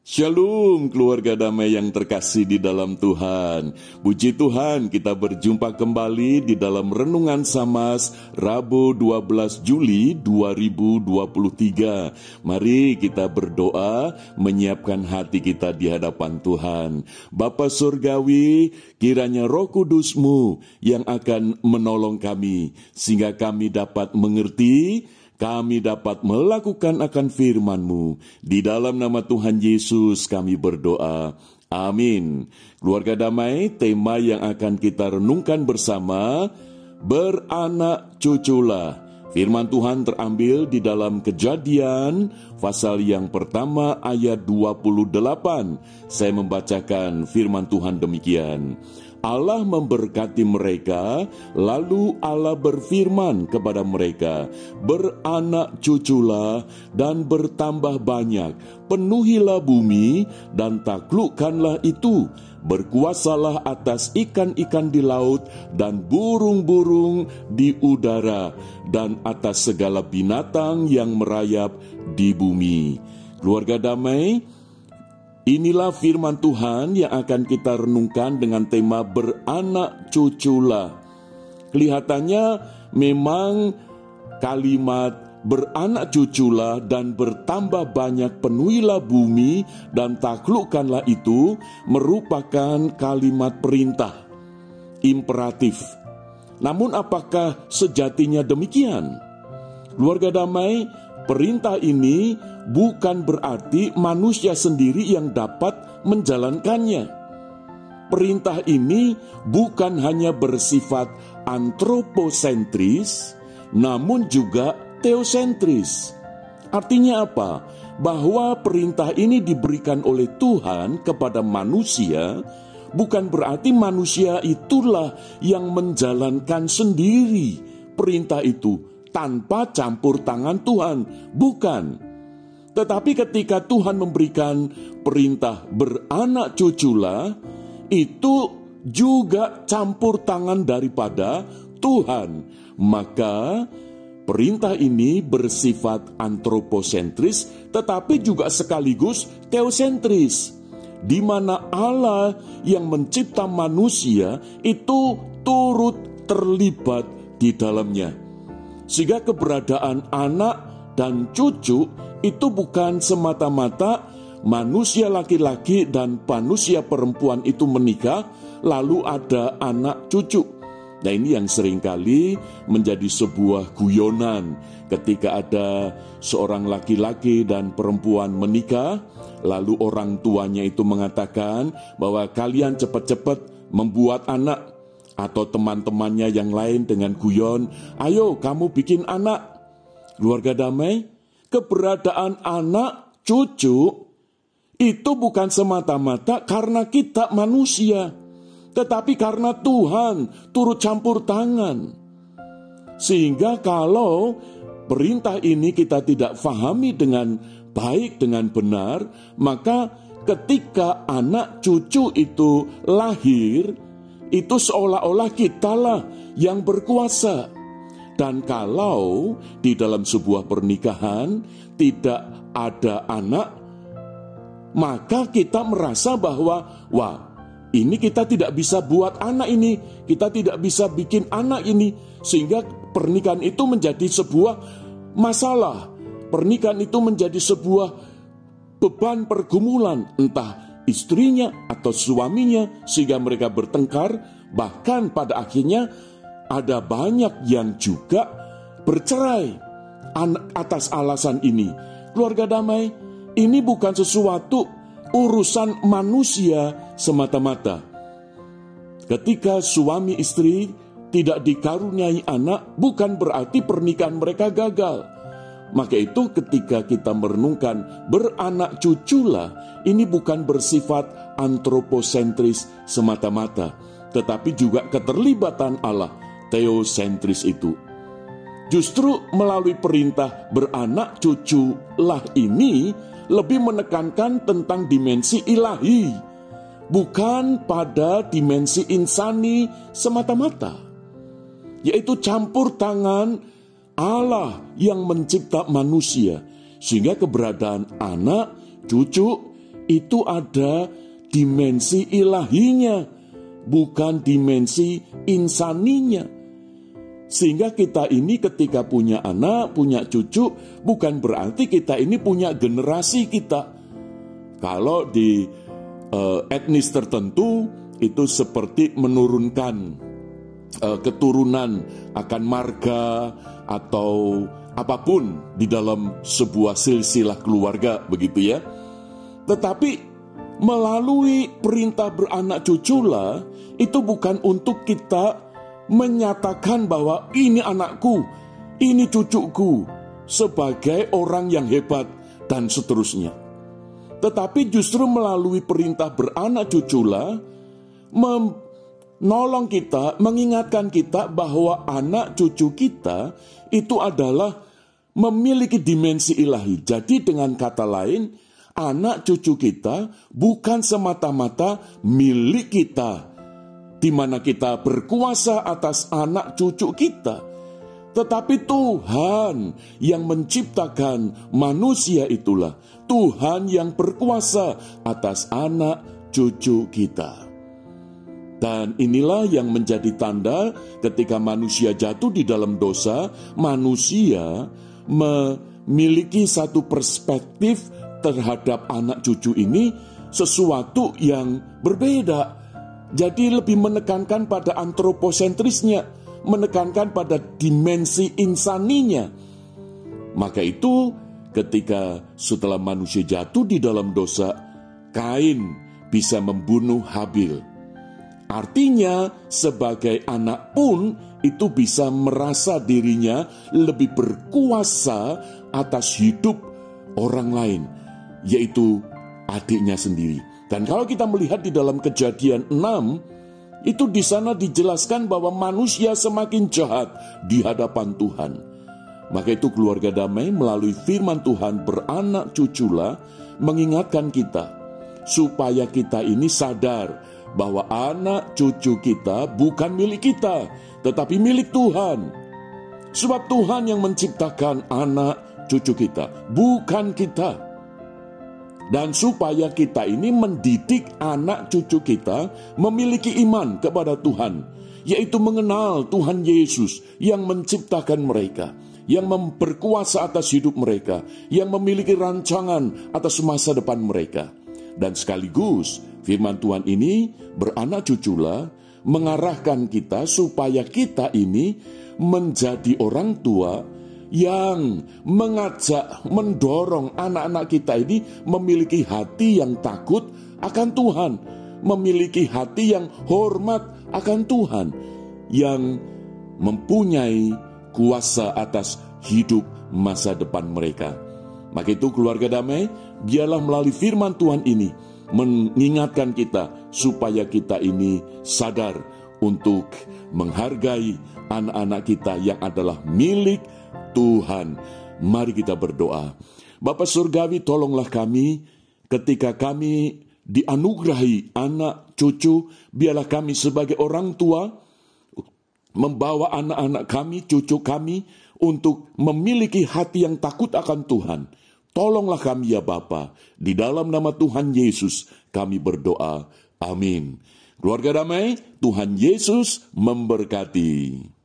Shalom keluarga damai yang terkasih di dalam Tuhan. Puji Tuhan, kita berjumpa kembali di dalam Renungan Samas Rabu 12 Juli 2023. Mari kita berdoa menyiapkan hati kita di hadapan Tuhan. Bapa Surgawi, kiranya Roh Kudus-Mu yang akan menolong kami, sehingga kami dapat mengerti, kami dapat melakukan akan firman-Mu. Di dalam nama Tuhan Yesus kami berdoa. Amin. Keluarga damai, tema yang akan kita renungkan bersama, beranak cuculah. Firman Tuhan terambil di dalam Kejadian, pasal yang pertama ayat 28. Saya membacakan firman Tuhan demikian. Allah memberkati mereka, lalu Allah berfirman kepada mereka, beranak cuculah dan bertambah banyak, penuhilah bumi dan taklukkanlah itu, berkuasalah atas ikan-ikan di laut dan burung-burung di udara, dan atas segala binatang yang merayap di bumi. Keluarga damai, inilah firman Tuhan yang akan kita renungkan dengan tema beranak cuculah. Kelihatannya memang kalimat beranak cuculah dan bertambah banyak, penuhilah bumi dan taklukkanlah itu merupakan kalimat perintah, imperatif. Namun apakah sejatinya demikian? Keluarga damai, perintah ini bukan berarti manusia sendiri yang dapat menjalankannya. Perintah ini bukan hanya bersifat antroposentris, namun juga teosentris. Artinya apa? Bahwa perintah ini diberikan oleh Tuhan kepada manusia, bukan berarti manusia itulah yang menjalankan sendiri perintah itu tanpa campur tangan Tuhan. Bukan. Tetapi ketika Tuhan memberikan perintah beranak cuculah, itu juga campur tangan daripada Tuhan. Maka perintah ini bersifat antroposentris, tetapi juga sekaligus teosentris, di mana Allah yang mencipta manusia itu turut terlibat di dalamnya. Sehingga keberadaan anak dan cucu itu bukan semata-mata manusia laki-laki dan manusia perempuan itu menikah, lalu ada anak cucu. Nah, ini yang seringkali menjadi sebuah guyonan ketika ada seorang laki-laki dan perempuan menikah, lalu orang tuanya itu mengatakan bahwa kalian cepat-cepat membuat anak, atau teman-temannya yang lain dengan guyon, ayo kamu bikin anak. Keluarga damai, keberadaan anak cucu itu bukan semata-mata karena kita manusia, tetapi karena Tuhan turut campur tangan. Sehingga kalau perintah ini kita tidak fahami dengan baik, dengan benar, maka ketika anak cucu itu lahir, itu seolah-olah kitalah yang berkuasa. Dan kalau di dalam sebuah pernikahan tidak ada anak, maka kita merasa bahwa, wah, ini kita tidak bisa buat anak ini, kita tidak bisa bikin anak ini, sehingga pernikahan itu menjadi sebuah masalah. Pernikahan itu menjadi sebuah beban pergumulan, entah istrinya atau suaminya, sehingga mereka bertengkar, bahkan pada akhirnya ada banyak yang juga bercerai atas alasan ini. Keluarga damai, ini bukan sesuatu urusan manusia semata-mata. Ketika suami istri tidak dikaruniai anak, bukan berarti pernikahan mereka gagal. Maka itu ketika kita merenungkan beranak cuculah, ini bukan bersifat antroposentris semata-mata, tetapi juga keterlibatan Allah, teosentris itu. Justru melalui perintah beranak cuculah ini lebih menekankan tentang dimensi ilahi, bukan pada dimensi insani semata-mata, yaitu campur tangan Allah yang mencipta manusia, sehingga keberadaan anak, cucu itu ada dimensi ilahinya, bukan dimensi insaninya. Sehingga kita ini ketika punya anak, punya cucu, bukan berarti kita ini punya generasi kita. Kalau di etnis tertentu, itu seperti menurunkan keturunan akan marga atau apapun di dalam sebuah silsilah keluarga, begitu ya. Tetapi melalui perintah beranak cuculah, itu bukan untuk kita menyatakan bahwa ini anakku, ini cucuku, sebagai orang yang hebat dan seterusnya. Tetapi justru melalui perintah beranak cuculah menolong kita, mengingatkan kita bahwa anak cucu kita itu adalah memiliki dimensi ilahi. Jadi dengan kata lain, anak cucu kita bukan semata-mata milik kita, di mana kita berkuasa atas anak cucu kita. Tetapi Tuhan yang menciptakan manusia itulah Tuhan yang berkuasa atas anak cucu kita. Dan inilah yang menjadi tanda ketika manusia jatuh di dalam dosa, manusia memiliki satu perspektif terhadap anak cucu ini sesuatu yang berbeda. Jadi lebih menekankan pada antroposentrisnya, menekankan pada dimensi insaninya. Maka itu ketika setelah manusia jatuh di dalam dosa, Kain bisa membunuh Habil. Artinya sebagai anak pun itu bisa merasa dirinya lebih berkuasa atas hidup orang lain, yaitu adiknya sendiri. Dan kalau kita melihat di dalam Kejadian 6, itu di sana dijelaskan bahwa manusia semakin jahat di hadapan Tuhan. Maka itu keluarga damai melalui firman Tuhan beranak cuculah mengingatkan kita supaya kita ini sadar bahwa anak cucu kita bukan milik kita, tetapi milik Tuhan. Sebab Tuhan yang menciptakan anak cucu kita, bukan kita. Dan supaya kita ini mendidik anak cucu kita memiliki iman kepada Tuhan, yaitu mengenal Tuhan Yesus yang menciptakan mereka, yang berkuasa atas hidup mereka, yang memiliki rancangan atas masa depan mereka. Dan sekaligus firman Tuhan ini beranak cuculah mengarahkan kita supaya kita ini menjadi orang tua yang mengajak, mendorong anak-anak kita ini memiliki hati yang takut akan Tuhan, memiliki hati yang hormat akan Tuhan, yang mempunyai kuasa atas hidup masa depan mereka. Maka itu keluarga damai, biarlah melalui firman Tuhan ini mengingatkan kita supaya kita ini sadar untuk menghargai anak-anak kita yang adalah milik Tuhan. Mari kita berdoa. Bapa Surgawi, tolonglah kami ketika kami dianugerahi anak cucu, biarlah kami sebagai orang tua membawa anak-anak kami, cucu kami untuk memiliki hati yang takut akan Tuhan. Tolonglah kami ya Bapa, di dalam nama Tuhan Yesus kami berdoa. Amin. Keluarga damai, Tuhan Yesus memberkati.